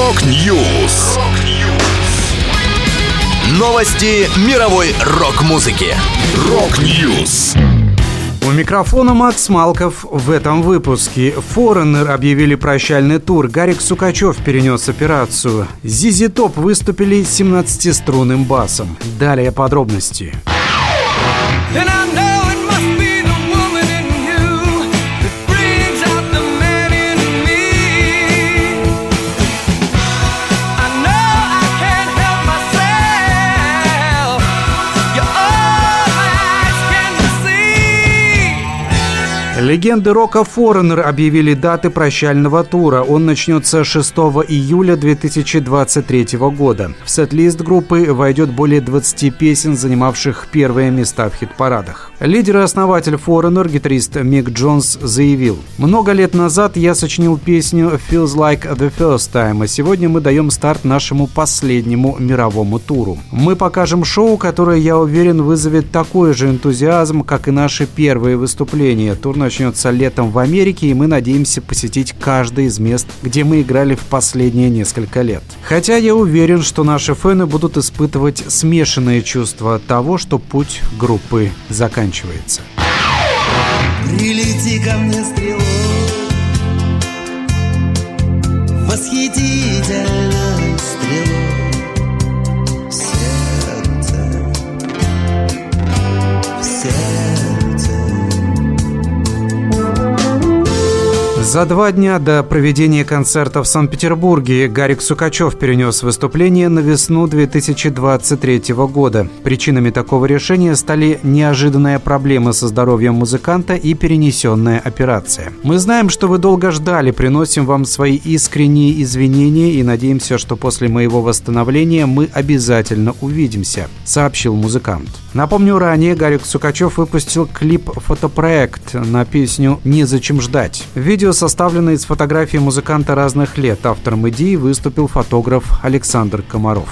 Рок-Ньюс. Новости мировой рок-музыки. Рок-Ньюс. У микрофона Макс Малков. В этом выпуске Foreigner объявили прощальный тур, Гарик Сукачев перенес операцию, ZZ Top выступили с 17-струнным басом. Далее подробности. Легенды рока Foreigner объявили даты прощального тура. Он начнется 6 июля 2023 года. В сет-лист группы войдет более 20 песен, занимавших первые места в хит-парадах. Лидер и основатель Foreigner, гитарист Мик Джонс, заявил: «Много лет назад я сочинил песню «Feels Like the First Time», а сегодня мы даем старт нашему последнему мировому туру. Мы покажем шоу, которое, я уверен, вызовет такой же энтузиазм, как и наши первые выступления. Тур начнется летом в Америке, и мы надеемся посетить каждое из мест, где мы играли в последние несколько лет. Хотя я уверен, что наши фэны будут испытывать смешанные чувства от того, что путь группы заканчивается». Прилети ко мне стрелой, восхитительной стрелой, сердце, сердце. За 2 дня до проведения концерта в Санкт-Петербурге Гарик Сукачев перенес выступление на весну 2023 года. Причинами такого решения стали неожиданная проблема со здоровьем музыканта и перенесенная операция. «Мы знаем, что вы долго ждали, приносим вам свои искренние извинения и надеемся, что после моего восстановления мы обязательно увидимся», — сообщил музыкант. Напомню, ранее Гарик Сукачев выпустил клип-фотопроект на песню «Незачем ждать». Видео составлено из фотографий музыканта разных лет. Автором идеи выступил фотограф Александр Комаров.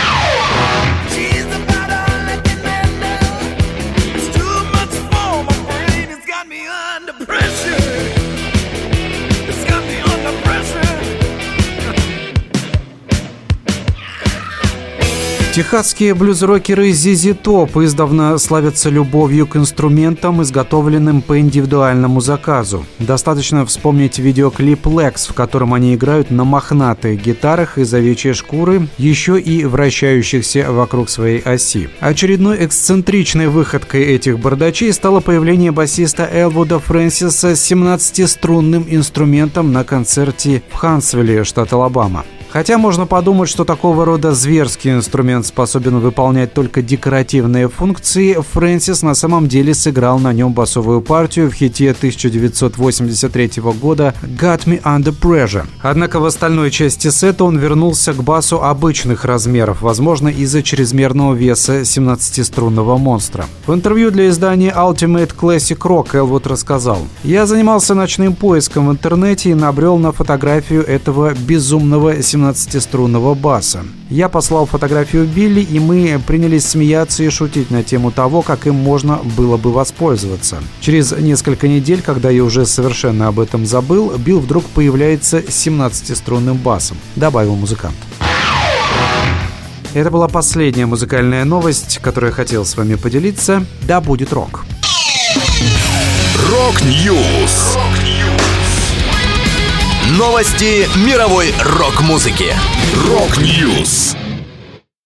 Техасские блюз-рокеры ZZ Top издавна славятся любовью к инструментам, изготовленным по индивидуальному заказу. Достаточно вспомнить видеоклип Lex, в котором они играют на мохнатых гитарах из овечьей шкуры, еще и вращающихся вокруг своей оси. Очередной эксцентричной выходкой этих бардачей стало появление басиста Элвуда Фрэнсиса с 17-струнным инструментом на концерте в Хантсвилле, штат Алабама. Хотя можно подумать, что такого рода зверский инструмент способен выполнять только декоративные функции, Фрэнсис на самом деле сыграл на нем басовую партию в хите 1983 года «Got Me Under Pressure». Однако в остальной части сета он вернулся к басу обычных размеров, возможно, из-за чрезмерного веса 17-струнного монстра. В интервью для издания Ultimate Classic Rock Элвуд рассказал: «Я занимался ночным поиском в интернете и набрел на фотографию этого безумного 17-струнного баса. Я послал фотографию Билли, и мы принялись смеяться и шутить на тему того, как им можно было бы воспользоваться. Через несколько недель, когда я уже совершенно об этом забыл, Билл вдруг появляется с 17-струнным басом», — добавил музыкант. Это была последняя музыкальная новость, которую я хотел с вами поделиться. Да будет рок! Рок-Ньюс. Новости мировой рок-музыки. Рок-Ньюс.